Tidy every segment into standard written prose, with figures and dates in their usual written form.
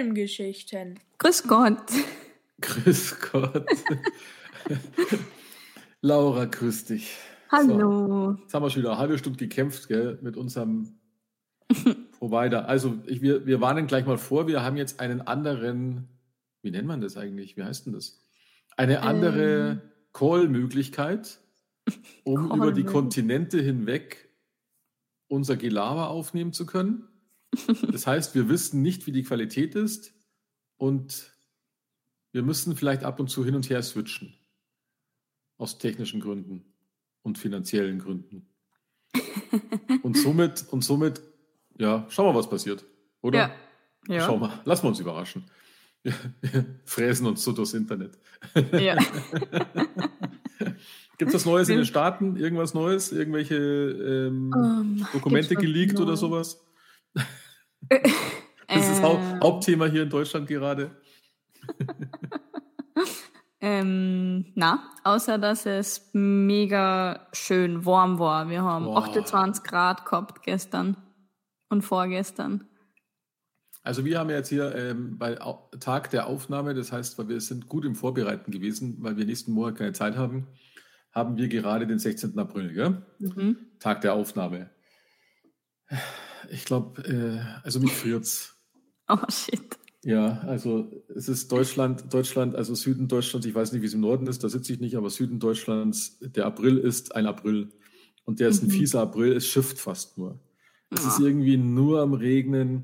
Filmgeschichten. Grüß Gott. Grüß Gott. Laura, grüß dich. Hallo. So, jetzt haben wir schon wieder eine halbe Stunde gekämpft, gell, mit unserem Provider. Also wir warnen gleich mal vor, wir haben jetzt einen anderen, wie nennt man das eigentlich? Wie heißt denn das? Eine andere Call-Möglichkeit, um über die Kontinente hinweg unser Gelaber aufnehmen zu können. Das heißt, wir wissen nicht, wie die Qualität ist und wir müssen vielleicht ab und zu hin und her switchen. Aus technischen Gründen und finanziellen Gründen. Und somit, ja, schauen wir, was passiert, oder? Ja. Schauen wir, lassen wir uns überraschen. Wir fräsen uns so durchs Internet. Ja. Gibt es was Neues in den Staaten? Irgendwas Neues? Irgendwelche Dokumente geleakt oder sowas? Das ist das Hauptthema hier in Deutschland gerade. Außer dass es mega schön warm war. Wir haben 28 Grad gehabt gestern und vorgestern. Also wir haben jetzt hier bei Tag der Aufnahme, das heißt, weil wir sind gut im Vorbereiten gewesen, weil wir nächsten Monat keine Zeit haben, haben wir gerade den 16. April, gell? Mhm. Tag der Aufnahme. Ich glaube, also mich friert's. Oh shit. Ja, also es ist Deutschland, also Süden Deutschlands, ich weiß nicht, wie es im Norden ist, da sitze ich nicht, aber Süden Deutschlands, der April ist ein April. Und der ist ein fieser April, es schifft fast nur. Es ist irgendwie nur am Regnen.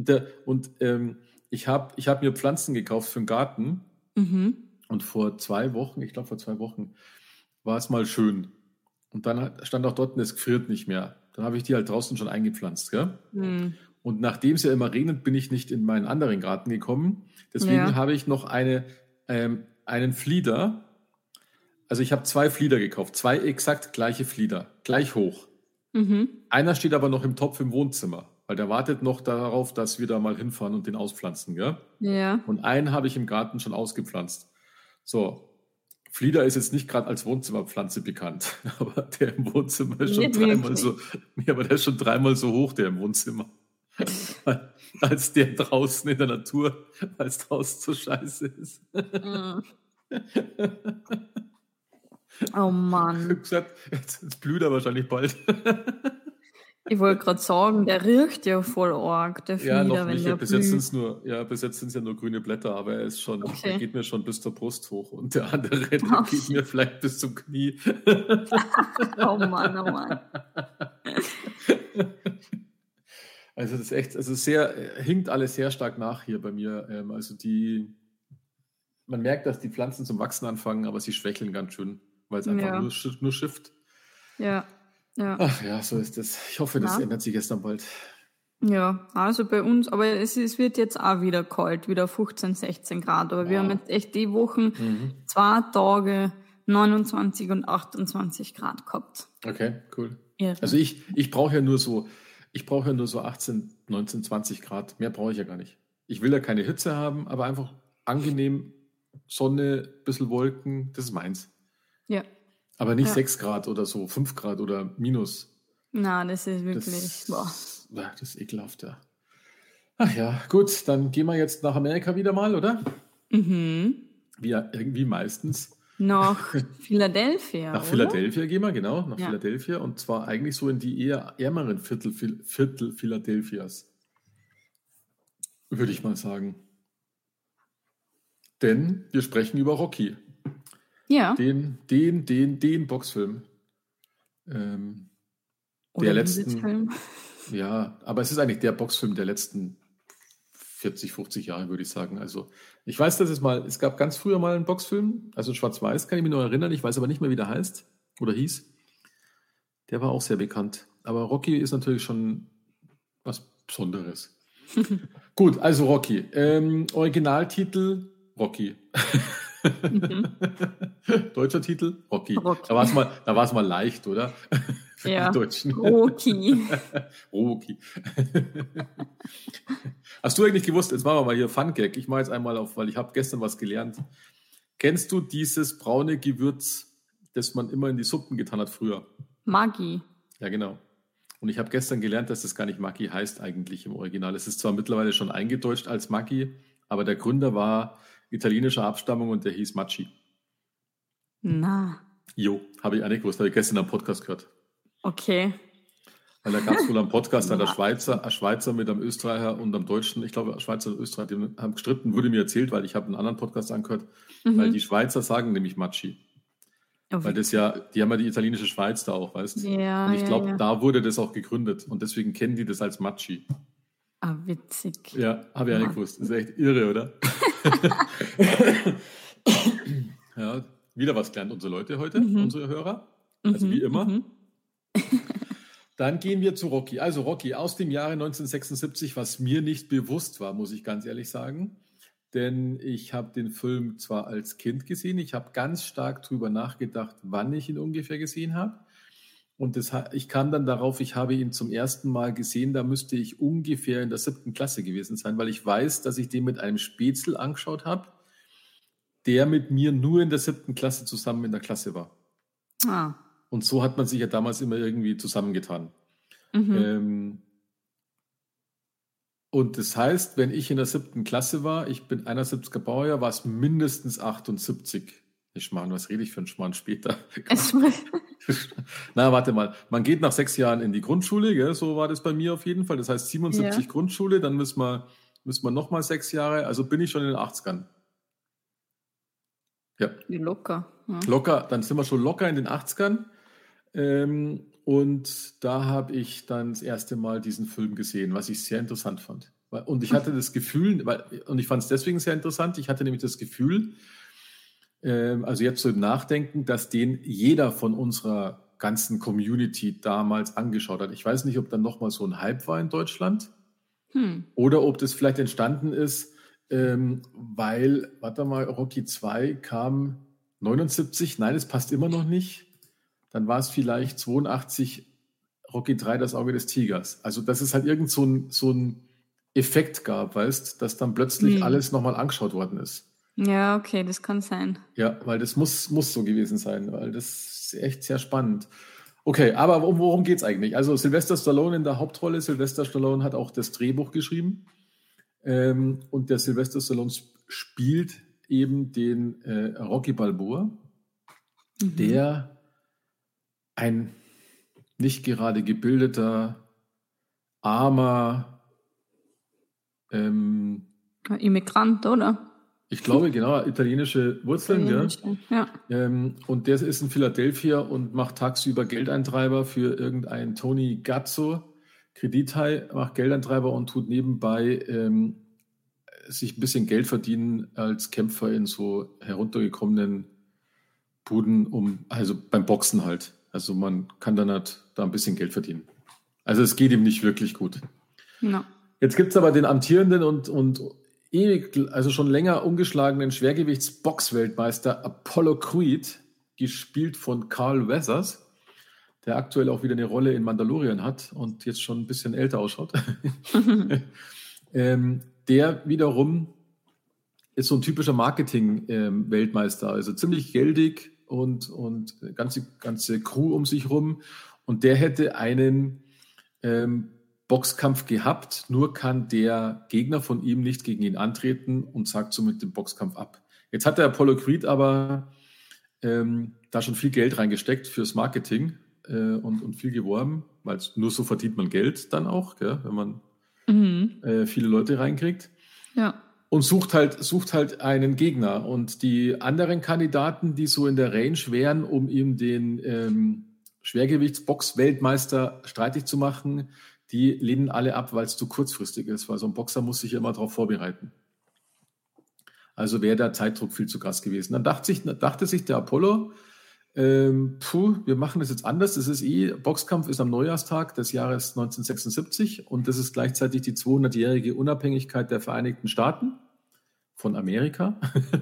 Ich hab mir Pflanzen gekauft für den Garten. Und vor 2 Wochen, war es mal schön. Und dann stand auch dort, es friert nicht mehr. Dann habe ich die halt draußen schon eingepflanzt, gell? Und nachdem es ja immer regnet, bin ich nicht in meinen anderen Garten gekommen. Deswegen habe ich noch einen Flieder. Also ich habe 2 Flieder gekauft. 2 exakt gleiche Flieder. Gleich hoch. Einer steht aber noch im Topf im Wohnzimmer. Weil der wartet noch darauf, dass wir da mal hinfahren und den auspflanzen. Gell? Ja. Und einen habe ich im Garten schon ausgepflanzt. So. Flieder ist jetzt nicht gerade als Wohnzimmerpflanze bekannt. Aber der im Wohnzimmer ist schon dreimal so. Nee, aber der ist schon 3-mal so hoch, der im Wohnzimmer. Als der draußen in der Natur, weil es draußen so scheiße ist. Oh Mann. Ich habe gesagt, jetzt blüht er wahrscheinlich bald. Ich wollte gerade sagen, der riecht ja voll arg, der Flieder, ja, noch wenn nicht. der Bis jetzt sind es ja nur grüne Blätter, aber er ist schon, der geht mir schon bis zur Brust hoch und der andere, der geht mir vielleicht bis zum Knie. Oh Mann. Also das ist echt, hinkt alles sehr stark nach hier bei mir. Man merkt, dass die Pflanzen zum Wachsen anfangen, aber sie schwächeln ganz schön, weil es einfach nur schifft. Ja. Ach ja, so ist es. Ich hoffe, das ändert sich jetzt dann bald. Ja, also bei uns, aber es wird jetzt auch wieder kalt, wieder 15, 16 Grad. Aber wir haben jetzt echt die Wochen 2 Tage 29 und 28 Grad gehabt. Okay, cool. Irre. Also ich brauche ja nur so 18, 19, 20 Grad. Mehr brauche ich ja gar nicht. Ich will ja keine Hitze haben, aber einfach angenehm, Sonne, bisschen Wolken, das ist meins. Ja. Aber nicht 6 Grad oder so, 5 Grad oder minus. Na, das ist wirklich, das ist ekelhaft, ja. Ach ja, gut, dann gehen wir jetzt nach Amerika wieder mal, oder? Wie irgendwie meistens. Nach Philadelphia, Nach Philadelphia gehen wir, genau, nach Philadelphia. Und zwar eigentlich so in die eher ärmeren Viertel Philadelphias. Würde ich mal sagen. Denn wir sprechen über Rocky. Ja. Den Boxfilm. Der letzten. Film. Ja, aber es ist eigentlich der Boxfilm der letzten 40, 50 Jahre, würde ich sagen. Also, ich weiß, dass es gab ganz früher mal einen Boxfilm, also schwarz-weiß, kann ich mich noch erinnern. Ich weiß aber nicht mehr, wie der heißt oder hieß. Der war auch sehr bekannt. Aber Rocky ist natürlich schon was Besonderes. Gut, also Rocky. Originaltitel Rocky. Deutscher Titel? Rocky. Da war es mal leicht, oder? Für ja, die Deutschen. Rocky. Rocky. Hast du eigentlich gewusst, jetzt machen wir mal hier Fun-Gag. Ich mache jetzt einmal weil ich habe gestern was gelernt. Kennst du dieses braune Gewürz, das man immer in die Suppen getan hat früher? Maggi. Ja, genau. Und ich habe gestern gelernt, dass das gar nicht Maggi heißt eigentlich im Original. Es ist zwar mittlerweile schon eingedeutscht als Maggi, aber der Gründer war italienischer Abstammung und der hieß Macci. Na. Jo, habe ich auch nicht gewusst, habe ich gestern am Podcast gehört. Okay. Weil da gab es wohl am Podcast ein Schweizer mit einem Österreicher und einem Deutschen, ich glaube Schweizer und Österreicher, die haben gestritten, wurde mir erzählt, weil ich habe einen anderen Podcast angehört, weil die Schweizer sagen nämlich Macci. Weil das ja, die haben ja die italienische Schweiz da auch, weißt du? Ja, und ich glaube, da wurde das auch gegründet und deswegen kennen die das als Macci. Ah, witzig. Ja, habe ich auch nicht gewusst. Das ist echt irre, oder? Ja, wieder was gelernt unsere Leute heute, unsere Hörer. Also wie immer. Dann gehen wir zu Rocky. Also Rocky aus dem Jahre 1976, was mir nicht bewusst war, muss ich ganz ehrlich sagen. Denn ich habe den Film zwar als Kind gesehen, ich habe ganz stark drüber nachgedacht, wann ich ihn ungefähr gesehen habe. Und ich kam dann darauf, ich habe ihn zum ersten Mal gesehen, da müsste ich ungefähr in der 7. Klasse gewesen sein, weil ich weiß, dass ich den mit einem Spätzl angeschaut habe, der mit mir nur in der 7. Klasse zusammen in der Klasse war. Ah. Und so hat man sich ja damals immer irgendwie zusammengetan. Und das heißt, wenn ich in der 7. Klasse war, ich bin 71er Baujahr, war es mindestens 78. Ich meine, was rede ich für einen Schmarrn später? Na, warte mal. Man geht nach 6 Jahren in die Grundschule, gell? So war das bei mir auf jeden Fall. Das heißt 77 Grundschule, dann müssen wir nochmal 6 Jahre. Also bin ich schon in den 80ern. Ja. Locker. Ja. Locker, dann sind wir schon locker in den 80ern. Und da habe ich dann das erste Mal diesen Film gesehen, was ich sehr interessant fand. Und ich hatte das Gefühl, und ich fand es deswegen sehr interessant, ich hatte nämlich das Gefühl, also jetzt so im Nachdenken, dass den jeder von unserer ganzen Community damals angeschaut hat. Ich weiß nicht, ob dann nochmal so ein Hype war in Deutschland oder ob das vielleicht entstanden ist, weil, warte mal, Rocky 2 kam 79, nein, es passt immer noch nicht. Dann war es vielleicht 82, Rocky 3, das Auge des Tigers. Also, dass es halt irgend so ein Effekt gab, weißt, dass dann plötzlich alles nochmal angeschaut worden ist. Ja, okay, das kann sein. Ja, weil das muss so gewesen sein, weil das ist echt sehr spannend. Okay, aber worum geht es eigentlich? Also Sylvester Stallone in der Hauptrolle. Sylvester Stallone hat auch das Drehbuch geschrieben. Und der Sylvester Stallone spielt eben den Rocky Balboa, der ein nicht gerade gebildeter, armer Immigrant, oder? Ich glaube, genau, italienische Wurzeln, ja. Und der ist in Philadelphia und macht tagsüber Geldeintreiber für irgendeinen Tony Gazzo, Kredithai, macht Geldeintreiber und tut nebenbei sich ein bisschen Geld verdienen als Kämpfer in so heruntergekommenen Buden, also beim Boxen halt. Also man kann dann halt da ein bisschen Geld verdienen. Also es geht ihm nicht wirklich gut. No. Jetzt gibt es aber den amtierenden und ewig, also schon länger ungeschlagenen Schwergewichtsbox-Weltmeister Apollo Creed, gespielt von Carl Weathers, der aktuell auch wieder eine Rolle in Mandalorian hat und jetzt schon ein bisschen älter ausschaut. Der wiederum ist so ein typischer Marketing-Weltmeister, also ziemlich geldig und ganze Crew um sich rum. Und der hätte einen Boxkampf gehabt, nur kann der Gegner von ihm nicht gegen ihn antreten und sagt somit den Boxkampf ab. Jetzt hat der Apollo Creed aber da schon viel Geld reingesteckt fürs Marketing und viel geworben, weil nur so verdient man Geld dann auch, gell, wenn man viele Leute reinkriegt. Ja. Und sucht halt einen Gegner. Und die anderen Kandidaten, die so in der Range wären, um ihm den Schwergewichtsbox-Weltmeister streitig zu machen, die lehnen alle ab, weil es zu kurzfristig ist, weil so ein Boxer muss sich immer darauf vorbereiten. Also wäre der Zeitdruck viel zu krass gewesen. Dann dachte sich der Apollo, wir machen das jetzt anders. Das ist Boxkampf ist am Neujahrstag des Jahres 1976 und das ist gleichzeitig die 200-jährige Unabhängigkeit der Vereinigten Staaten von Amerika.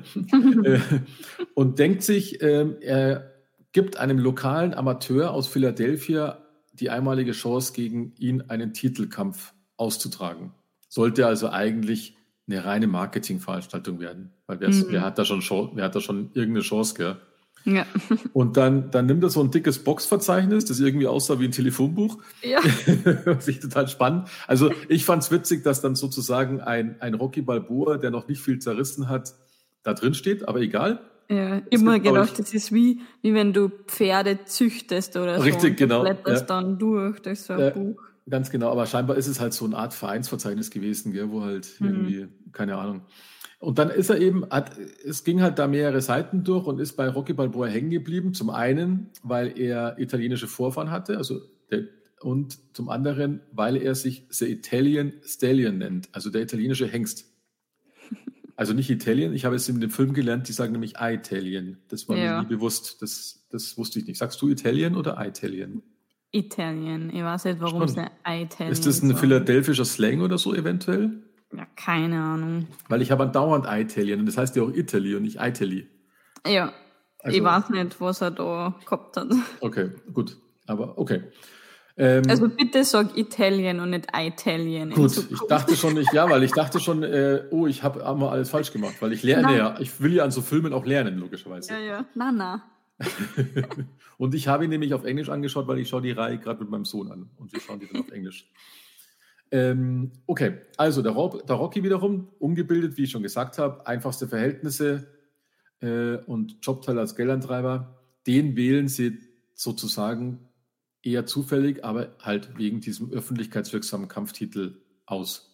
Und denkt sich, er gibt einem lokalen Amateur aus Philadelphia die einmalige Chance, gegen ihn einen Titelkampf auszutragen. Sollte also eigentlich eine reine Marketingveranstaltung werden, weil wer hat da schon irgendeine Chance, gell? Ja. Und dann nimmt er so ein dickes Boxverzeichnis, das irgendwie aussah wie ein Telefonbuch. Ja. Was ich total spannend. Also ich fand es witzig, dass dann sozusagen ein Rocky Balboa, der noch nicht viel zerrissen hat, da drin steht, aber egal. Ja, immer gedacht, das ist wie wenn du Pferde züchtest oder so. Richtig, genau. Du blätterst dann durch so ein Buch. Ganz genau, aber scheinbar ist es halt so eine Art Vereinsverzeichnis gewesen, gell, wo halt irgendwie, keine Ahnung. Und dann ist er eben, es ging halt da mehrere Seiten durch und ist bei Rocky Balboa hängen geblieben. Zum einen, weil er italienische Vorfahren hatte, und zum anderen, weil er sich The Italian Stallion nennt, also der italienische Hengst. Also nicht Italien, ich habe es in dem Film gelernt, die sagen nämlich Italien. Das war mir nie bewusst, das wusste ich nicht. Sagst du Italien oder Italien? Italien, ich weiß nicht, warum es eine Italien ist. Das ein philadelphischer Slang oder so eventuell? Ja, keine Ahnung. Weil ich habe andauernd Italien und das heißt ja auch Italy und nicht Italy. Ja, also, ich weiß nicht, was er da gehabt hat. Okay, gut, aber okay. Also bitte sag Italien und nicht Italien. Gut, ich dachte schon, ich habe einmal alles falsch gemacht, weil ich lerne ja. Ich will ja an so Filmen auch lernen, logischerweise. Ja. Na. Und ich habe ihn nämlich auf Englisch angeschaut, weil ich schaue die Reihe gerade mit meinem Sohn an und wir schauen die dann auf Englisch. Okay, also der Rocky wiederum, ungebildet, wie ich schon gesagt habe, einfachste Verhältnisse und Jobteil als Geldantreiber, den wählen sie sozusagen eher zufällig, aber halt wegen diesem öffentlichkeitswirksamen Kampftitel aus.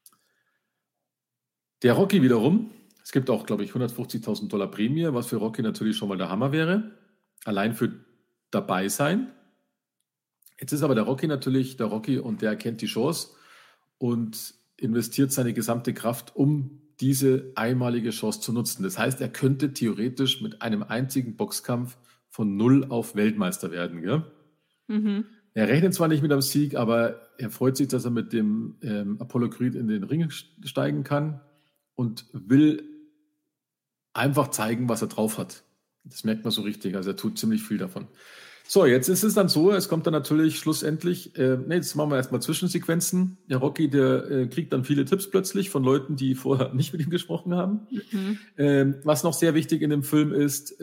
Der Rocky wiederum, es gibt auch, glaube ich, $150.000 Prämie, was für Rocky natürlich schon mal der Hammer wäre, allein für dabei sein. Jetzt ist aber der Rocky und der erkennt die Chance und investiert seine gesamte Kraft, um diese einmalige Chance zu nutzen. Das heißt, er könnte theoretisch mit einem einzigen Boxkampf von 0 auf Weltmeister werden. Gell? Mhm. Er rechnet zwar nicht mit einem Sieg, aber er freut sich, dass er mit dem Apollo Creed in den Ring steigen kann und will einfach zeigen, was er drauf hat. Das merkt man so richtig. Also er tut ziemlich viel davon. So, jetzt ist es dann so, es kommt dann natürlich schlussendlich, jetzt machen wir erstmal Zwischensequenzen. Der Rocky, der kriegt dann viele Tipps plötzlich von Leuten, die vorher nicht mit ihm gesprochen haben. Mhm. Was noch sehr wichtig in dem Film ist,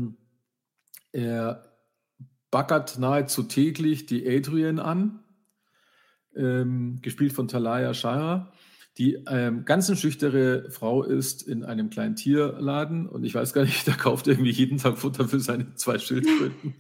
er baggert nahezu täglich die Adrian an, gespielt von Talia Shire, die ganz eine schüchtere Frau ist in einem kleinen Tierladen und ich weiß gar nicht, der kauft irgendwie jeden Tag Futter für seine 2 Schildkröten.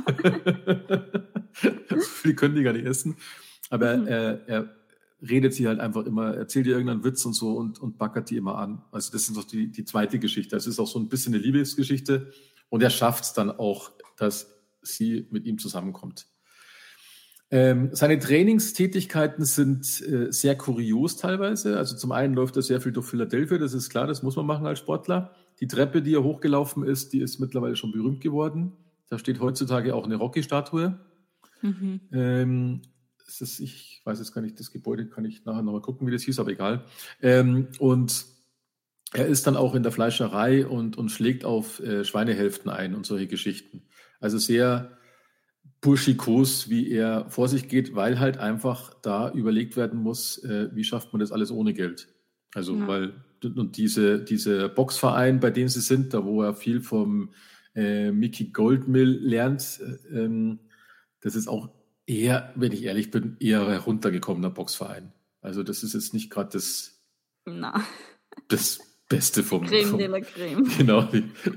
Die können die gar nicht essen. Aber er redet sie halt einfach immer, erzählt ihr irgendeinen Witz und so und baggert die immer an. Also das ist doch die zweite Geschichte. Das ist auch so ein bisschen eine Liebesgeschichte und er schafft es dann auch, dass sie mit ihm zusammenkommt. Seine Trainingstätigkeiten sind sehr kurios teilweise. Also zum einen läuft er sehr viel durch Philadelphia, das ist klar, das muss man machen als Sportler. Die Treppe, die er hochgelaufen ist, die ist mittlerweile schon berühmt geworden. Da steht heutzutage auch eine Rocky-Statue. Mhm. Ich weiß jetzt gar nicht, das Gebäude kann ich nachher nochmal gucken, wie das hieß, aber egal. Und er ist dann auch in der Fleischerei und schlägt auf Schweinehälften ein und solche Geschichten. Also sehr burschikos, wie er vor sich geht, weil halt einfach da überlegt werden muss, wie schafft man das alles ohne Geld. Also weil und diese Boxverein, bei dem sie sind, da wo er viel vom Mickey Goldmill lernt, das ist auch eher, wenn ich ehrlich bin, eher heruntergekommener Boxverein. Also das ist jetzt nicht gerade das Beste vom Creme de la Creme. Genau.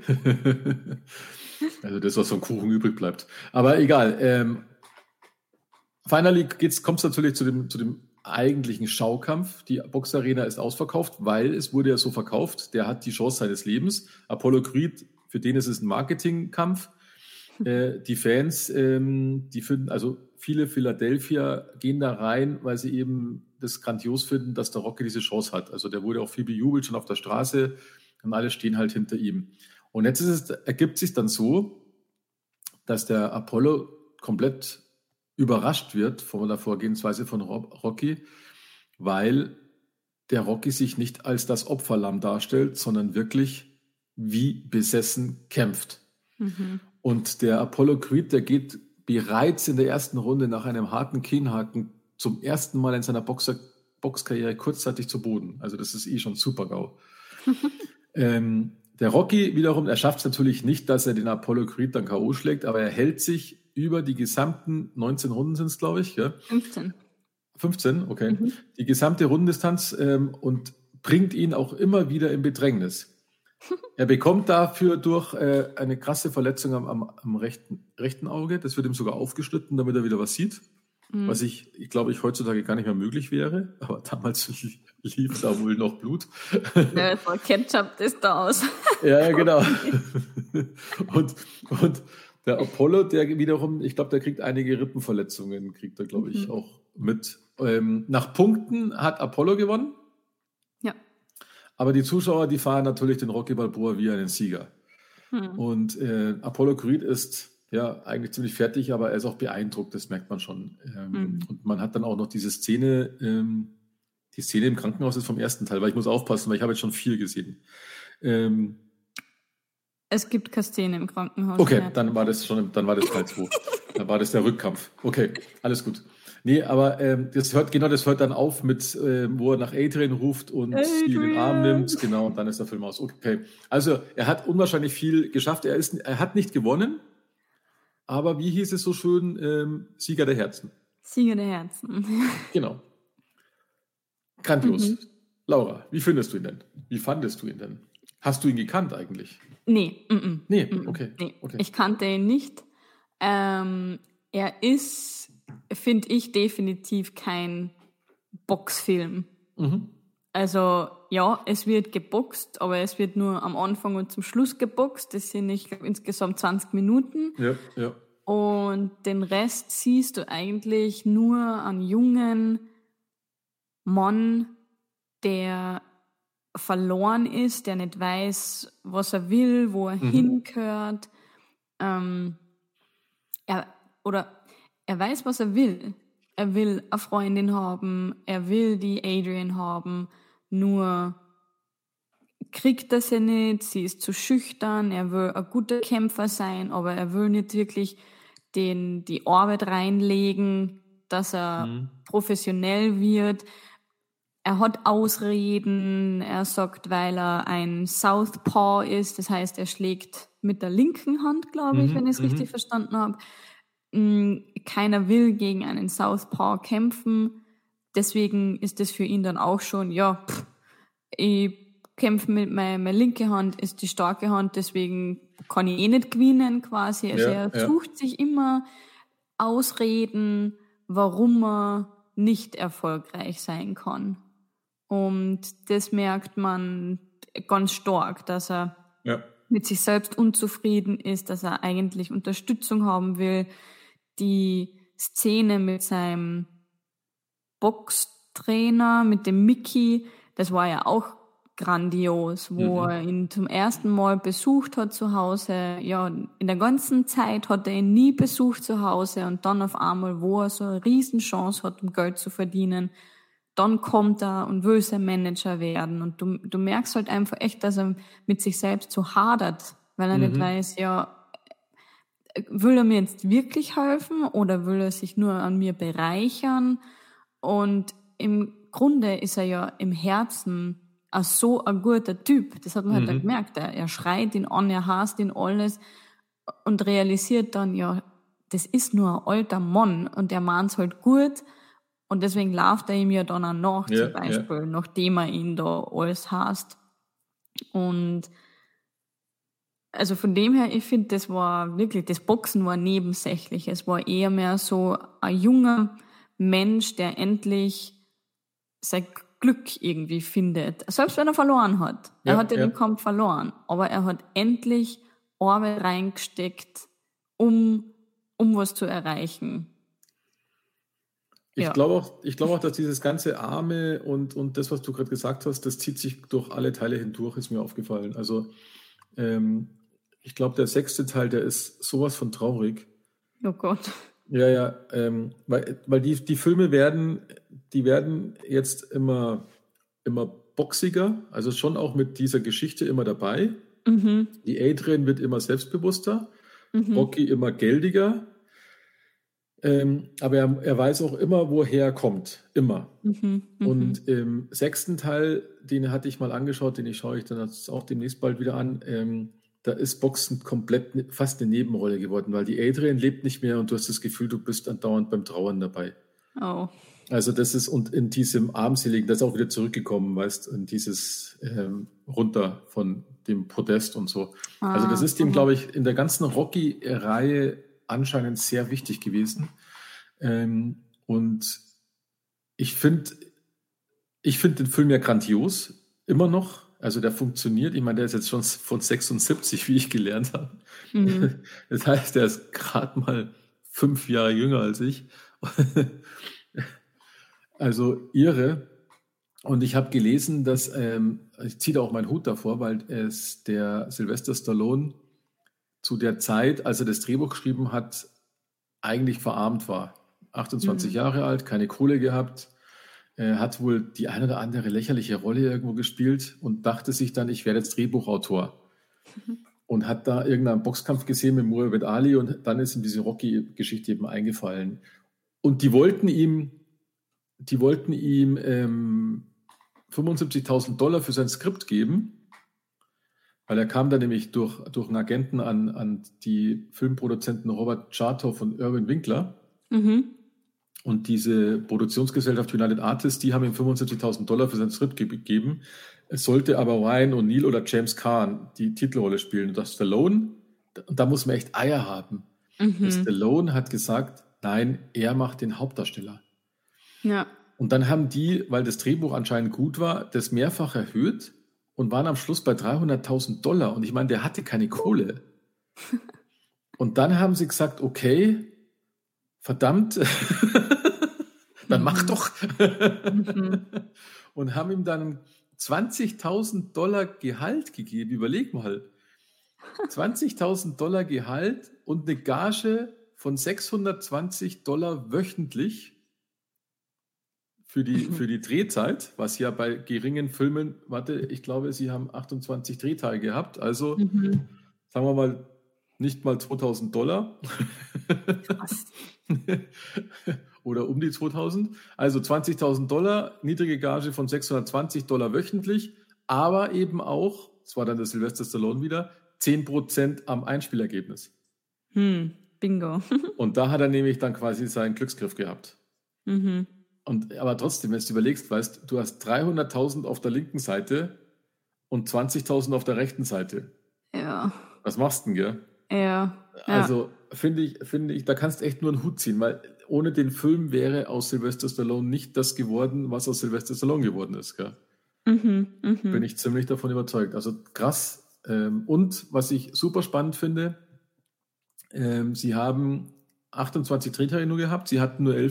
Also das, was vom Kuchen übrig bleibt. Aber egal. Finally kommt es natürlich zu dem eigentlichen Schaukampf. Die Boxarena ist ausverkauft, weil es wurde ja so verkauft. Der hat die Chance seines Lebens. Apollo Creed, für den ist es ein Marketingkampf. Die Fans, die finden, also viele Philadelphia gehen da rein, weil sie eben das grandios finden, dass der Rocky diese Chance hat. Also der wurde auch viel bejubelt, schon auf der Straße und alle stehen halt hinter ihm. Und jetzt ergibt sich dann so, dass der Apollo komplett überrascht wird von der Vorgehensweise von Rocky, weil der Rocky sich nicht als das Opferlamm darstellt, sondern wirklich wie besessen kämpft. Mhm. Und der Apollo Creed, der geht bereits in der ersten Runde nach einem harten Kinnhaken zum ersten Mal in seiner Boxkarriere kurzzeitig zu Boden. Also das ist schon super GAU. Der Rocky wiederum, er schafft es natürlich nicht, dass er den Apollo Creed dann K.O. schlägt, aber er hält sich über die gesamten 19 Runden sind es, glaube ich. Ja? 15. 15, okay. Die gesamte Rundendistanz und bringt ihn auch immer wieder in Bedrängnis. Er bekommt dafür durch eine krasse Verletzung am rechten Auge. Das wird ihm sogar aufgeschnitten, damit er wieder was sieht. Was ich glaube, heutzutage gar nicht mehr möglich wäre. Aber damals lief da wohl noch Blut. Ja, das war Ketchup, das da aus. Ja, genau. Und der Apollo, der wiederum, ich glaube, der kriegt einige Rippenverletzungen, kriegt er, glaube ich, auch mit. Nach Punkten hat Apollo gewonnen. Ja. Aber die Zuschauer, die feiern natürlich den Rocky Balboa wie einen Sieger. Und Apollo Creed ist ja eigentlich ziemlich fertig, aber er ist auch beeindruckt, das merkt man schon. Und man hat dann auch noch diese Szene, die Szene im Krankenhaus ist vom ersten Teil, weil ich muss aufpassen, weil ich habe jetzt schon 4 gesehen. Es gibt keine Szene im Krankenhaus. Okay, mehr. Dann war das Teil 2. Dann war das der Rückkampf. Okay, alles gut. Nee, aber das hört dann auf mit, wo er nach Adrian ruft und sie in den Arm nimmt. Genau, und dann ist der Film aus. Okay, also er hat unwahrscheinlich viel geschafft. Er hat nicht gewonnen, aber wie hieß es so schön? Sieger der Herzen. Sieger der Herzen. Genau. Grandios. Laura, wie findest du ihn denn? Wie fandest du ihn denn? Hast du ihn gekannt eigentlich? Nee. Okay. Ich kannte ihn nicht. Er ist, finde ich, definitiv kein Boxfilm. Also ja, es wird geboxt, aber es wird nur am Anfang und zum Schluss geboxt. Das sind, ich glaube, insgesamt 20 Minuten. Ja. Und den Rest siehst du eigentlich nur an jungen Mann, der verloren ist, der nicht weiß, was er will, wo er hingehört. Er weiß, was er will. Er will eine Freundin haben, er will die Adrian haben, nur kriegt er sie nicht, sie ist zu schüchtern, er will ein guter Kämpfer sein, aber er will nicht wirklich die Arbeit reinlegen, dass er professionell wird. Er hat Ausreden, er sagt, weil er ein Southpaw ist, das heißt, er schlägt mit der linken Hand, glaube ich, wenn ich es richtig verstanden habe. Keiner will gegen einen Southpaw kämpfen, deswegen ist das für ihn dann auch schon, ich kämpfe mit meiner linken Hand, ist die starke Hand, deswegen kann ich nicht gewinnen quasi. Also er sucht sich immer Ausreden, warum er nicht erfolgreich sein kann. Und das merkt man ganz stark, dass er mit sich selbst unzufrieden ist, dass er eigentlich Unterstützung haben will. Die Szene mit seinem Boxtrainer, mit dem Mickey, das war ja auch grandios, wo er ihn zum ersten Mal besucht hat zu Hause. Ja, in der ganzen Zeit hat er ihn nie besucht zu Hause und dann auf einmal, wo er so eine Riesenchance hat, um Geld zu verdienen, dann kommt er und will sein Manager werden. Und du merkst halt einfach echt, dass er mit sich selbst so hadert, weil er nicht weiß, will er mir jetzt wirklich helfen oder will er sich nur an mir bereichern? Und im Grunde ist er ja im Herzen so ein guter Typ. Das hat man halt dann gemerkt. Er schreit ihn an, er hasst ihn alles und realisiert dann, das ist nur ein alter Mann und er meint's halt gut. Und deswegen läuft er ihm ja dann auch nach, zum Beispiel, nachdem er ihn da alles hasst. Und also von dem her, ich finde, das Boxen war nebensächlich. Es war eher mehr so ein junger Mensch, der endlich sein Glück irgendwie findet. Selbst wenn er verloren hat. Er hat den Kampf verloren. Aber er hat endlich Arbeit reingesteckt, um was zu erreichen. Ich glaube auch, dass dieses ganze Arme und das, was du gerade gesagt hast, das zieht sich durch alle Teile hindurch, ist mir aufgefallen. Also ich glaube, der 6. Teil, der ist sowas von traurig. Oh Gott. Weil die Filme werden jetzt immer boxiger, also schon auch mit dieser Geschichte immer dabei. Die Adrian wird immer selbstbewusster, Rocky immer geldiger. Aber er weiß auch immer, woher er kommt. Immer. Mhm. Und im 6. Teil, den hatte ich mal angeschaut, den schaue ich dann auch demnächst bald wieder an. Da ist Boxen komplett fast eine Nebenrolle geworden, weil die Adrian lebt nicht mehr und du hast das Gefühl, du bist andauernd beim Trauern dabei. Oh. Also das ist, und in diesem Armseligen, das ist auch wieder zurückgekommen, weißt, in dieses runter von dem Podest und so. Also das ist ihm, glaube ich, in der ganzen Rocky-Reihe anscheinend sehr wichtig gewesen. Und ich finde den Film ja grandios, immer noch. Also der funktioniert. Ich meine, der ist jetzt schon von 76, wie ich gelernt habe. Mhm. Das heißt, der ist gerade mal 5 Jahre jünger als ich. Also irre. Und ich habe gelesen, dass, ich ziehe da auch meinen Hut davor, weil es der Sylvester Stallone zu der Zeit, als er das Drehbuch geschrieben hat, eigentlich verarmt war. 28 Jahre alt, keine Kohle gehabt, hat wohl die ein oder andere lächerliche Rolle irgendwo gespielt und dachte sich dann, ich werde jetzt Drehbuchautor. Und hat da irgendeinen Boxkampf gesehen mit Muhammad Ali und dann ist ihm diese Rocky-Geschichte eben eingefallen. Und die wollten ihm 75.000 Dollar für sein Skript geben, weil er kam dann nämlich durch einen Agenten an die Filmproduzenten Robert Chartoff und Irwin Winkler. Mhm. Und diese Produktionsgesellschaft United Artists, die haben ihm 75.000 Dollar für sein Skript gegeben. Es sollte aber Ryan O'Neal oder James Caan die Titelrolle spielen. Und das Stallone, und da muss man echt Eier haben. Der Stallone hat gesagt, nein, er macht den Hauptdarsteller. Ja. Und dann haben die, weil das Drehbuch anscheinend gut war, das mehrfach erhöht und waren am Schluss bei 300.000 Dollar. Und ich meine, der hatte keine Kohle. Und dann haben sie gesagt, okay, verdammt, dann mach doch. Und haben ihm dann 20.000 Dollar Gehalt gegeben. Überleg mal. 20.000 Dollar Gehalt und eine Gage von 620 Dollar wöchentlich für die Drehzeit, was ja bei geringen Filmen, ich glaube, sie haben 28 Drehtage gehabt, also sagen wir mal nicht mal 2.000 Dollar. Krass. Oder um die 2.000. Also 20.000 Dollar, niedrige Gage von 620 Dollar wöchentlich, aber eben auch, das war dann der Sylvester Stallone wieder, 10% am Einspielergebnis. Bingo. Und da hat er nämlich dann quasi seinen Glücksgriff gehabt. Aber trotzdem, wenn du überlegst, weißt du, hast 300.000 auf der linken Seite und 20.000 auf der rechten Seite. Ja. Was machst du denn, gell? Ja. Also finde ich, da kannst du echt nur einen Hut ziehen, weil ohne den Film wäre aus Sylvester Stallone nicht das geworden, was aus Sylvester Stallone geworden ist, gell? Bin ich ziemlich davon überzeugt. Also krass. Und was ich super spannend finde, sie haben 28 Drehtage nur gehabt, sie hatten nur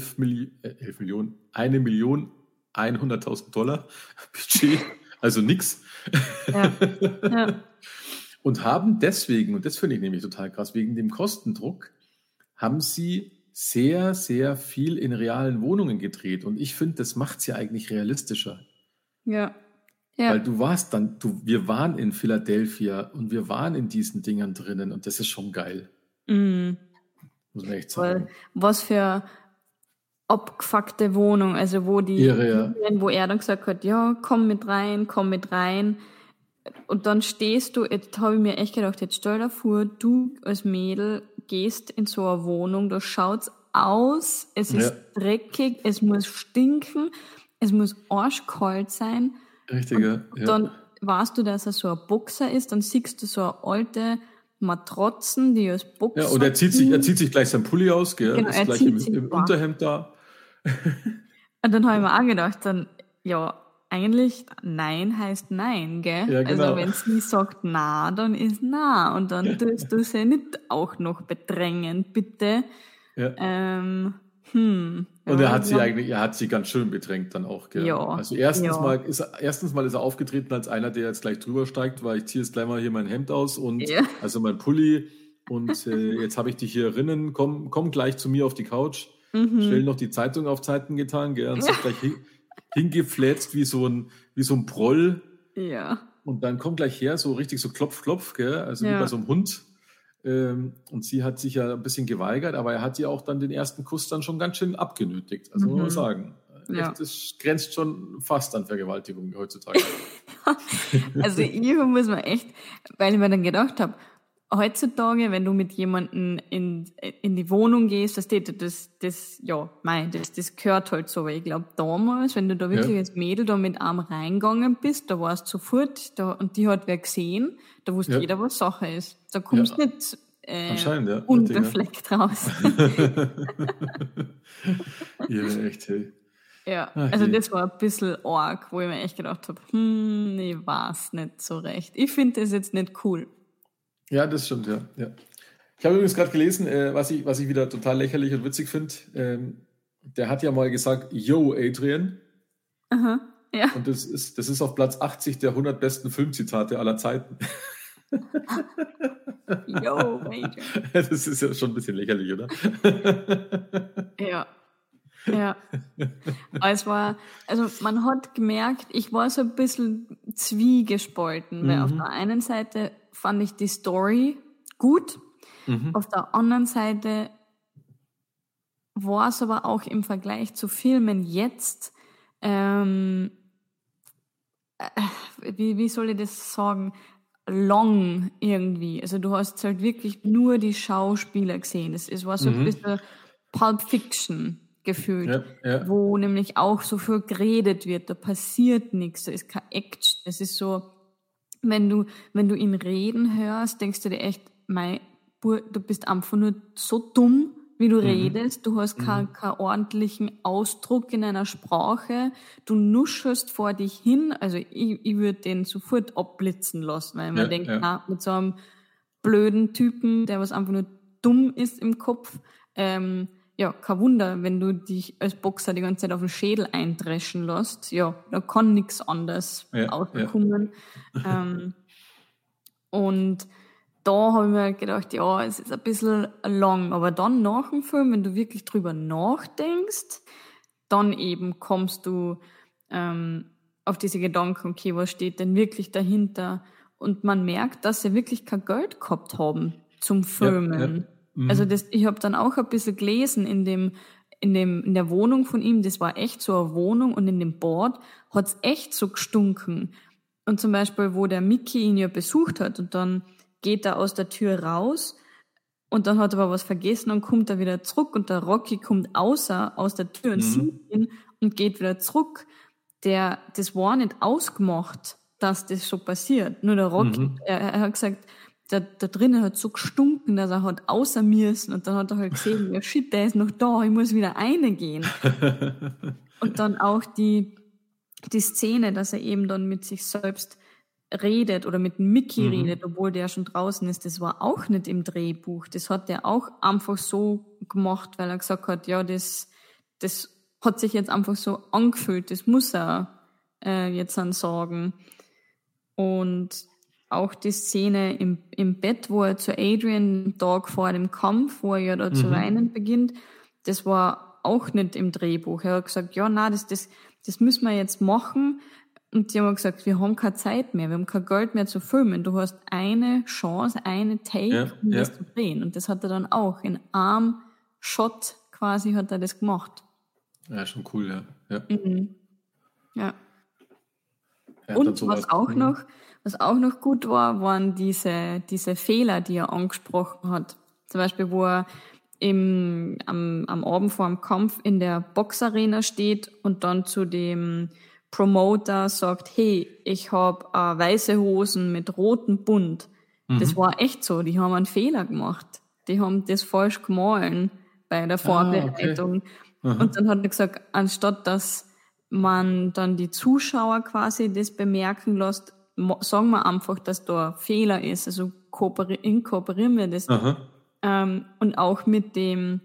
1.100.000 Dollar Budget, also nix. Ja. Und haben deswegen, und das finde ich nämlich total krass, wegen dem Kostendruck, haben sie sehr, sehr viel in realen Wohnungen gedreht. Und ich finde, das macht es ja eigentlich realistischer. Ja. Weil wir waren in Philadelphia und wir waren in diesen Dingern drinnen und das ist schon geil. Muss man echt sagen. Weil was für abgefuckte Wohnung, also wo wo er dann gesagt hat, ja, komm mit rein. Und dann stehst du, jetzt habe ich mir echt gedacht, jetzt stell dir vor, du als Mädel gehst in so eine Wohnung, da schaut's aus, es ist dreckig, es muss stinken, es muss arschkalt sein. Richtig, ja. Dann weißt du, dass er so ein Boxer ist, dann siehst du so eine alte Matratzen, die als Boxer... Ja, und er zieht sich gleich sein Pulli aus, gell? Genau, ist gleich im Unterhemd da. Und dann habe ich mir auch gedacht, eigentlich Nein heißt Nein, gell? Ja, genau. Also wenn sie sagt Na, dann ist Na. Und dann tust du sie nicht auch noch bedrängen, bitte. Ja. Und er hat sie ganz schön bedrängt dann auch, gell? Ja. Also erstens mal ist er aufgetreten als einer, der jetzt gleich drüber steigt, weil ich ziehe jetzt gleich mal hier mein Hemd aus und also mein Pulli und jetzt habe ich dich hier rinnen, komm gleich zu mir auf die Couch, schnell noch die Zeitung auf Zeiten getan, gell? Und sich gleich hingeflätzt wie so ein Proll. Ja. Und dann komm gleich her, so richtig so klopf, gell? Also wie bei so einem Hund. Und sie hat sich ja ein bisschen geweigert, aber er hat ihr auch dann den ersten Kuss dann schon ganz schön abgenötigt. Also muss man sagen. Ja. Echt, das grenzt schon fast an Vergewaltigung heutzutage. Also hier muss man echt, weil ich mir dann gedacht habe, heutzutage, wenn du mit jemandem in die Wohnung gehst, das gehört halt so, weil ich glaube damals, wenn du da wirklich als Mädel da mit einem reingegangen bist, da warst du sofort, und die hat wer gesehen, da wusste jeder, was Sache ist. Da kommst du nicht unbefleckt raus. Ja, echt, hey. Ja, also das war ein bisschen arg, wo ich mir echt gedacht habe, ich weiß nicht so recht. Ich finde das jetzt nicht cool. Ja, das stimmt, ja. Ich habe übrigens gerade gelesen, was ich wieder total lächerlich und witzig finde. Der hat ja mal gesagt, yo, Adrian. Aha, ja. Und das ist auf Platz 80 der 100 besten Filmzitate aller Zeiten. Yo, Adrian. Das ist ja schon ein bisschen lächerlich, oder? Ja. Also man hat gemerkt, ich war so ein bisschen zwiegespalten, weil auf der einen Seite fand ich die Story gut, auf der anderen Seite war es aber auch im Vergleich zu Filmen jetzt, wie soll ich das sagen, long irgendwie. Also du hast halt wirklich nur die Schauspieler gesehen. Es war so ein bisschen Pulp Fiction gefühlt, wo nämlich auch so viel geredet wird, da passiert nichts, da ist kein Action. Es ist so, wenn du ihn reden hörst, denkst du dir echt, du bist einfach nur so dumm, wie du redest, du hast keinen ordentlichen Ausdruck in einer Sprache, du nuschelst vor dich hin, also ich würde den sofort abblitzen lassen, weil man denkt, mit so einem blöden Typen, der was einfach nur dumm ist im Kopf, kein Wunder, wenn du dich als Boxer die ganze Zeit auf den Schädel eindreschen lässt, da kann nichts anderes rauskommen. Und da habe ich mir gedacht, es ist ein bisschen lang, aber dann nach dem Film, wenn du wirklich drüber nachdenkst, dann eben kommst du auf diese Gedanken, okay, was steht denn wirklich dahinter? Und man merkt, dass sie wirklich kein Geld gehabt haben zum Filmen. Also ich habe dann auch ein bisschen gelesen in der Wohnung von ihm, das war echt so eine Wohnung und in dem Bad hat's echt so gestunken. Und zum Beispiel, wo der Mickey ihn ja besucht hat und dann geht er aus der Tür raus und dann hat er aber was vergessen und kommt er wieder zurück und der Rocky kommt aus der Tür und sieht ihn und geht wieder zurück. Das war nicht ausgemacht, dass das so passiert. Nur der Rocky, er hat gesagt, da drinnen hat so gestunken, dass er hat außer müssen und dann hat er halt gesehen, ja shit, der ist noch da, ich muss wieder reingehen. Und dann auch die Szene, dass er eben dann mit sich selbst redet oder mit Mickey redet, obwohl der schon draußen ist, das war auch nicht im Drehbuch. Das hat er auch einfach so gemacht, weil er gesagt hat, ja, das hat sich jetzt einfach so angefühlt, das muss er jetzt dann sagen. Und auch die Szene im Bett, wo er zu Adrian den Tag vor dem Kampf, wo er ja da zu weinen beginnt, das war auch nicht im Drehbuch. Er hat gesagt, ja, na, das müssen wir jetzt machen. Und die haben gesagt, wir haben keine Zeit mehr, wir haben kein Geld mehr zu filmen. Du hast eine Chance, eine Take, um das zu drehen. Und das hat er dann auch in einem Shot quasi hat er das gemacht. Ja, schon cool, ja. Ja. Und was auch noch gut war, waren diese Fehler, die er angesprochen hat. Zum Beispiel, wo er am Abend vor dem Kampf in der Boxarena steht und dann zu dem Promoter sagt, hey, ich habe weiße Hosen mit rotem Bund. Das war echt so, die haben einen Fehler gemacht. Die haben das falsch gemahlen bei der Vorbereitung. Und dann hat er gesagt, anstatt dass man dann die Zuschauer quasi das bemerken lässt, sagen wir einfach, dass da ein Fehler ist. Also inkorporieren wir das. Und auch mit dem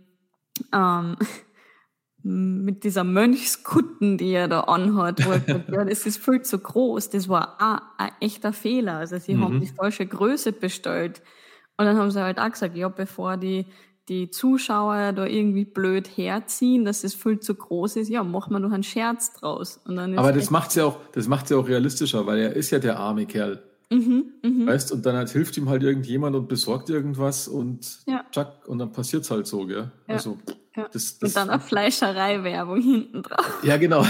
mit dieser Mönchskutten, die er da anhat, wo er sagt, ja, das ist viel zu groß. Das war ein echter Fehler. Also sie haben die falsche Größe bestellt. Und dann haben sie halt auch gesagt, ja, bevor die Zuschauer da irgendwie blöd herziehen, dass es viel zu groß ist, ja, machen wir doch einen Scherz draus. Und dann ist aber das macht's ja auch realistischer, weil er ist ja der arme Kerl. Weißt, und dann halt hilft ihm halt irgendjemand und besorgt irgendwas und tschack, und dann passiert's halt so, gell? Ja. Also, Ja. das, Und dann eine Fleischerei-Werbung hinten drauf. ja, genau.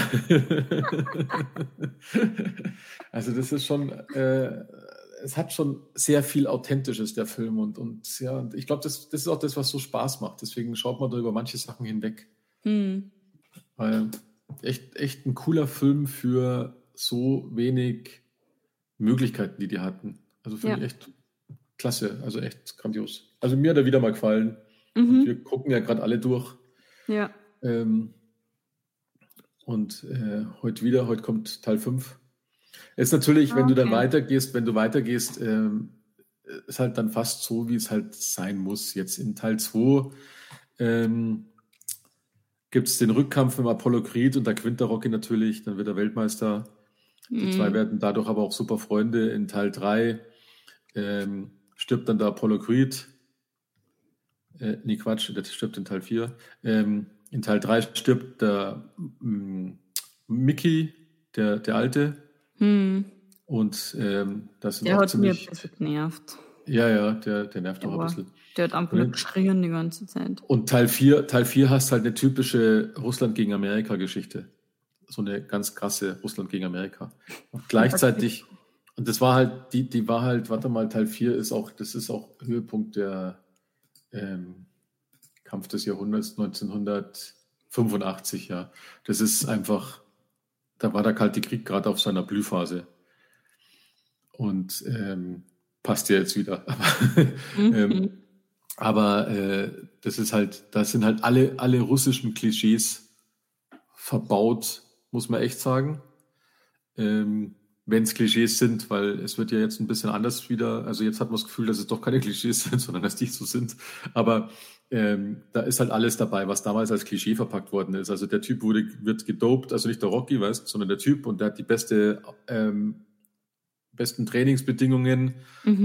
Also das ist schon, es hat schon sehr viel Authentisches, der Film. Und ja, und ich glaube, das ist auch das, was so Spaß macht. Deswegen schaut man da über manche Sachen hinweg. Weil echt ein cooler Film für so wenig Möglichkeiten, die hatten. Also finde ich echt klasse, also echt grandios. Also mir hat er wieder mal gefallen. Und wir gucken ja gerade alle durch. Ja. Heute kommt Teil 5. Ist natürlich, wenn du dann weitergehst, ist halt dann fast so, wie es halt sein muss. Jetzt in Teil 2 gibt es den Rückkampf mit Apollo Creed und da gewinnt der Rocky natürlich, dann wird er Weltmeister. Die zwei werden dadurch aber auch super Freunde. In Teil 3 stirbt dann der Apollo Creed. Nee, Quatsch, der stirbt in Teil 4. In Teil 3 stirbt der Mickey, der Alte. Und das sind der auch hat ziemlich... mir ein bisschen genervt. Ja, der nervt auch ein bisschen. Der hat einfach nur geschrien die ganze Zeit. Und Teil 4 hast halt eine typische Russland gegen Amerika-Geschichte. So eine ganz krasse Russland gegen Amerika. Und gleichzeitig, und das war halt, die war halt, warte mal, Teil 4 ist auch Höhepunkt der Kampf des Jahrhunderts 1985, ja. Das ist einfach, da war der Kalte Krieg gerade auf seiner Blühphase. Und passt ja jetzt wieder. Aber das ist halt, da sind halt alle russischen Klischees verbaut, muss man echt sagen. Wenn es Klischees sind, weil es wird ja jetzt ein bisschen anders wieder, also jetzt hat man das Gefühl, dass es doch keine Klischees sind, sondern dass die so sind. Aber da ist halt alles dabei, was damals als Klischee verpackt worden ist. Also der Typ wird gedopt, also nicht der Rocky, weißt, sondern der Typ, und der hat die besten Trainingsbedingungen.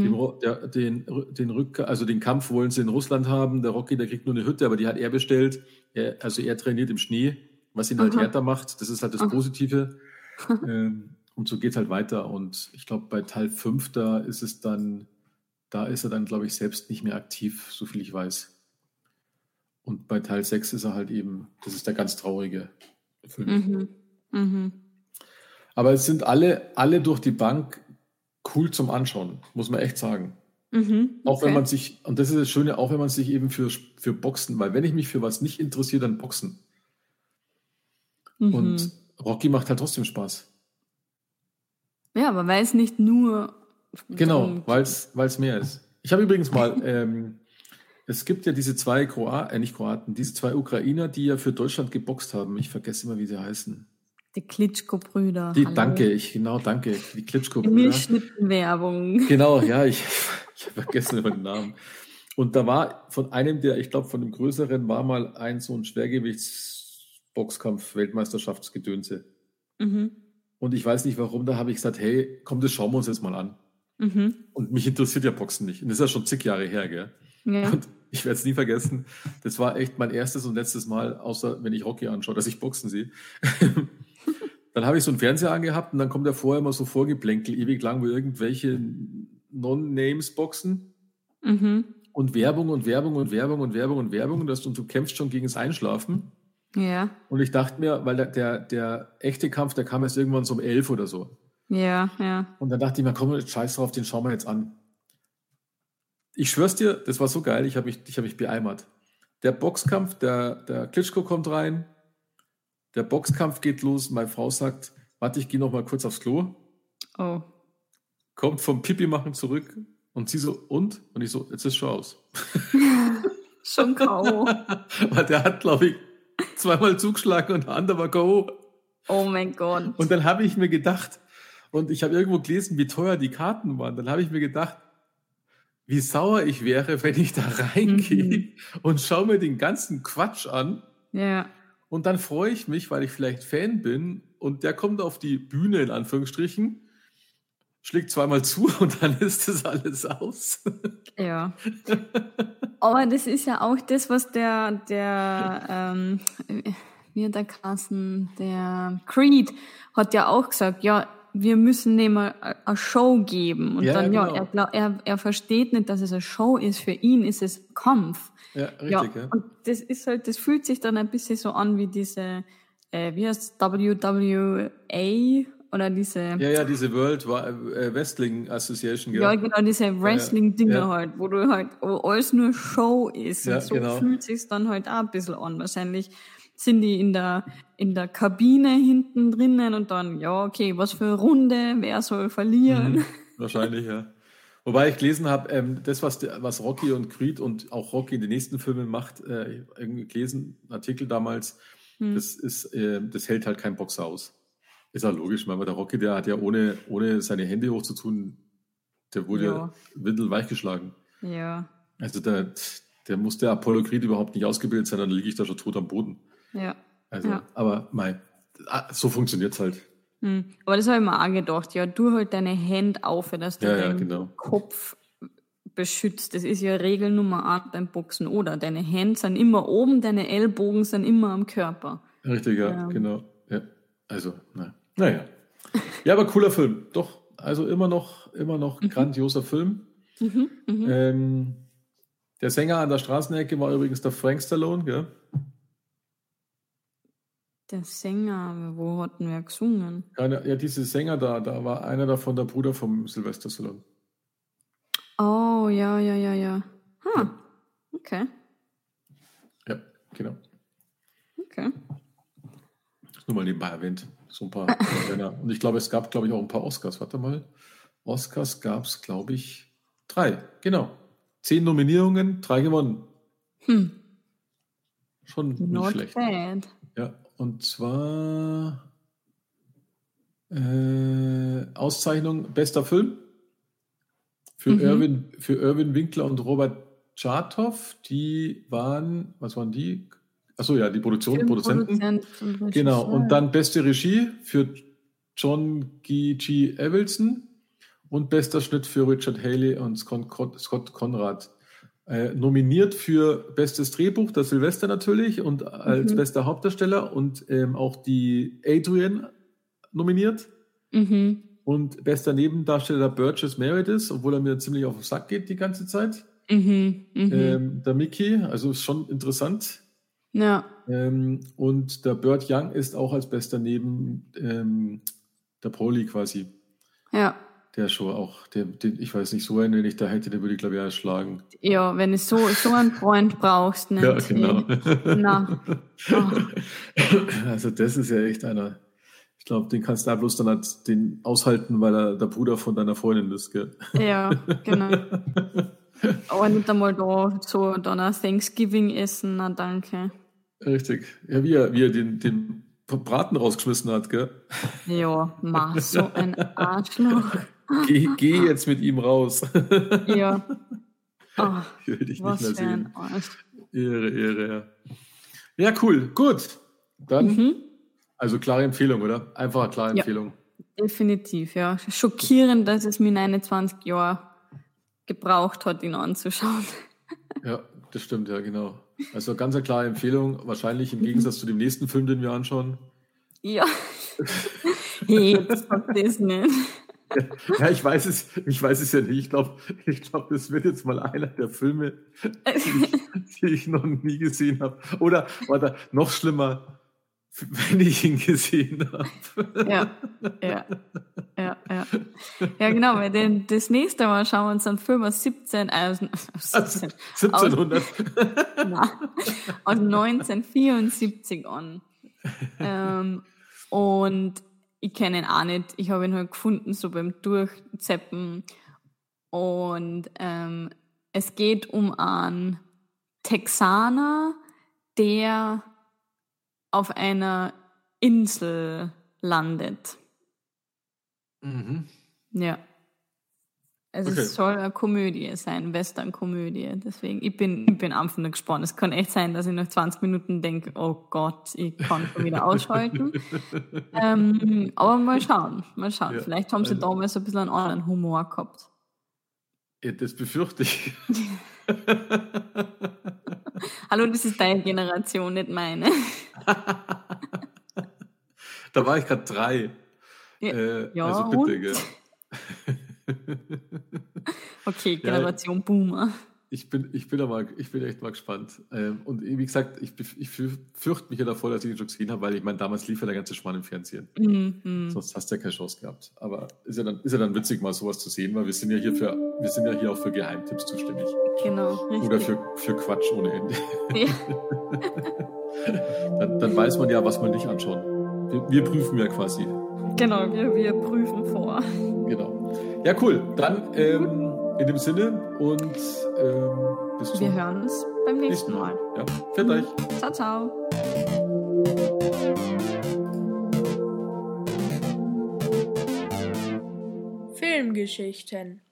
Den Kampf wollen sie in Russland haben. Der Rocky, der kriegt nur eine Hütte, aber die hat er bestellt. Er trainiert im Schnee, was ihn halt härter macht. Das ist halt das Positive. Und so geht es halt weiter. Und ich glaube, bei Teil 5, da ist er dann, glaube ich, selbst nicht mehr aktiv, so viel ich weiß. Und bei Teil 6 ist er halt eben, das ist der ganz traurige Film. Aber es sind alle durch die Bank cool zum Anschauen, muss man echt sagen. Auch wenn man sich, und das ist das Schöne, auch wenn man sich eben für Boxen, weil wenn ich mich für was nicht interessiere, dann Boxen. Und Rocky macht halt trotzdem Spaß. Ja, aber weil es nicht nur... Genau, weil es mehr ist. Ich habe übrigens mal, es gibt ja diese zwei diese zwei Ukrainer, die ja für Deutschland geboxt haben. Ich vergesse immer, wie sie heißen. Die Klitschko-Brüder. Danke. Die Klitschko-Brüder. Gemischten-Werbung. Genau, ja, ich habe vergessen über den Namen. Und da war von einem ich glaube, von dem Größeren war mal so ein Schwergewichts-Boxkampf-Weltmeisterschaftsgedönse. Und ich weiß nicht warum, da habe ich gesagt, hey, komm, das schauen wir uns jetzt mal an. Und mich interessiert ja Boxen nicht. Und das ist ja schon zig Jahre her, gell? Ja. Und ich werde es nie vergessen, das war echt mein erstes und letztes Mal, außer wenn ich Rocky anschaue, dass ich Boxen sehe. Dann habe ich so einen Fernseher angehabt und dann kommt ja vorher immer so Vorgeplänkel, ewig lang, wo irgendwelche Non-Names boxen und Werbung und Werbung und Werbung und Werbung und Werbung und du kämpfst schon gegen das Einschlafen. Ja. Und ich dachte mir, weil der echte Kampf, der kam erst irgendwann so um 11 oder so. Ja. Und dann dachte ich mir, komm, jetzt scheiß drauf, den schauen wir jetzt an. Ich schwör's dir, das war so geil, ich hab mich beeimert. Der Boxkampf, der Klitschko kommt rein, der Boxkampf geht los, meine Frau sagt, warte, ich gehe noch mal kurz aufs Klo. Oh. Kommt vom Pipi machen zurück und sie so, und? Und ich so, jetzt ist schon aus. Schon K.O. Weil der hat, glaube ich, zweimal zugeschlagen und der andere war K.O. Oh mein Gott. Und dann habe ich mir gedacht, und ich habe irgendwo gelesen, wie teuer die Karten waren, dann habe ich mir gedacht, wie sauer ich wäre, wenn ich da reingehe und schaue mir den ganzen Quatsch an. Ja. Und dann freue ich mich, weil ich vielleicht Fan bin und der kommt auf die Bühne, in Anführungsstrichen, schlägt zweimal zu und dann ist das alles aus. Ja. Aber das ist ja auch das, was der Creed hat ja auch gesagt, ja, wir müssen dem eine Show geben. Und Ja, dann, genau. er versteht nicht, dass es eine Show ist. Für ihn ist es Kampf. Ja, richtig, ja. Und das ist halt, das fühlt sich dann ein bisschen so an wie diese, wie heißt WWA oder diese. Ja, diese World Wrestling Association, gell? Ja, genau, diese Wrestling-Dinger Ja. halt, wo alles nur Show ist. Ja, Und so genau. fühlt sich's dann halt auch ein bisschen an. Wahrscheinlich sind die in der Kabine hinten drinnen und dann, ja, okay, was für eine Runde, wer soll verlieren? Wahrscheinlich, ja. Wobei ich gelesen habe, das, was Rocky und Creed und auch Rocky in den nächsten Filmen macht, irgendwie gelesen, einen Artikel damals, das hält halt kein Boxer aus. Ist ja logisch, weil der Rocky, der hat ja ohne seine Hände hochzutun, der wurde windelweich geschlagen. Ja. Also der muss der Apollo Creed überhaupt nicht ausgebildet sein, dann liege ich da schon tot am Boden. Ja. Also, aber so funktioniert es halt. Aber das habe ich mir auch gedacht, ja, du halt deine Hände auf, dass du deinen Kopf beschützt. Das ist ja Regel Nummer 1 beim Boxen, oder? Deine Hände sind immer oben, deine Ellbogen sind immer am Körper. Richtig, ja, genau. Ja. Also, naja. Ja, aber cooler Film. Doch, also immer noch grandioser Film. Der Sänger an der Straßenecke war übrigens der Frank Stallone, gell? Der Sänger, wo hatten wir gesungen? Ja, diese Sänger da war einer davon der Bruder vom Sylvester Stallone. Oh, ja. Okay. Ja, genau. Okay. Das nur mal nebenbei erwähnt. So ein paar Sänger. Und ich glaube, es gab, auch ein paar Oscars. Warte mal. Oscars gab es, glaube ich, 3. Genau. 10 Nominierungen, 3 gewonnen. Schon nicht Not schlecht. bad. Ja, und zwar Auszeichnung bester Film für Irwin Winkler und Robert Chartoff. Die waren, was waren die? Achso, ja, die Produzenten. Genau, und dann beste Regie für John G. Avildsen und bester Schnitt für Richard Haley und Scott Conrad. Nominiert für bestes Drehbuch, der Sylvester natürlich, und als bester Hauptdarsteller und auch die Adrian nominiert. Und bester Nebendarsteller Burgess Meredith, obwohl er mir ziemlich auf den Sack geht die ganze Zeit. Der Mickey, also ist schon interessant. Ja. Und der Burt Young ist auch als bester neben der Pauli quasi. Ja. Der schon auch, ich weiß nicht, so einen, wenn ich da hätte, den würde ich glaube ich erschlagen. Ja, wenn du so einen Freund brauchst. Nicht? Ja, genau. Na. Oh. Also das ist ja echt einer, ich glaube, den kannst du da bloß dann halt den aushalten, weil er der Bruder von deiner Freundin ist, gell? Ja, genau. Aber nicht einmal da so dann ein Thanksgiving essen, na danke. Richtig. Ja, wie er den Braten rausgeschmissen hat, gell? Ja, so ein Arschloch. Geh jetzt mit ihm raus. Ja. Oh, ich will dich was nicht mehr für sehen. ein Arsch. Ehre, ja. Ja, cool. Gut. Dann, also klare Empfehlung, oder? Einfach eine klare Empfehlung. Definitiv, ja. Schockierend, dass es mir 21 Jahre gebraucht hat, ihn anzuschauen. Ja, das stimmt, ja, genau. Also ganz eine klare Empfehlung, wahrscheinlich im Gegensatz zu dem nächsten Film, den wir anschauen. Ja. Hey, jetzt sag das nicht. Ja, ich weiß es ja nicht. Ich glaube, das wird jetzt mal einer der Filme, die ich noch nie gesehen habe. Oder noch schlimmer, wenn ich ihn gesehen habe. Ja, genau, weil das nächste Mal schauen wir uns einen Film aus 1700. Aus 1974 an. Und ich kenne ihn auch nicht. Ich habe ihn halt gefunden, so beim Durchzeppen. Und es geht um einen Texaner, der auf einer Insel landet. Ja. Also es soll eine Komödie sein, Western-Komödie. Deswegen, ich bin einfach nur gespannt. Es kann echt sein, dass ich nach 20 Minuten denke, oh Gott, ich kann schon wieder ausschalten. Aber mal schauen. Ja, vielleicht haben sie damals ein bisschen einen anderen Humor gehabt. Ja, das befürchte ich. Hallo, das ist deine Generation, nicht meine. Da war ich gerade 3. Ja, also bitte, und? gell. Okay, Ja, Generation Boomer. ich bin echt mal gespannt. Und wie gesagt, ich fürchte mich ja davor, dass ich ihn schon gesehen habe, weil ich meine, damals lief ja der ganze Schmarrn im Fernsehen. Mhm. Sonst hast du ja keine Chance gehabt. Aber ist ja dann witzig, mal sowas zu sehen, weil wir sind ja hier auch für Geheimtipps zuständig. Genau, Oder richtig. für Quatsch ohne Ende. Ja, Dann weiß man ja, was man nicht anschauen. Wir prüfen ja quasi. genau, wir prüfen vor. Genau. Ja, cool. Dann in dem Sinne und bis zum Wir hören uns beim nächsten Mal. Ja, für euch. Ciao, ciao. Filmgeschichten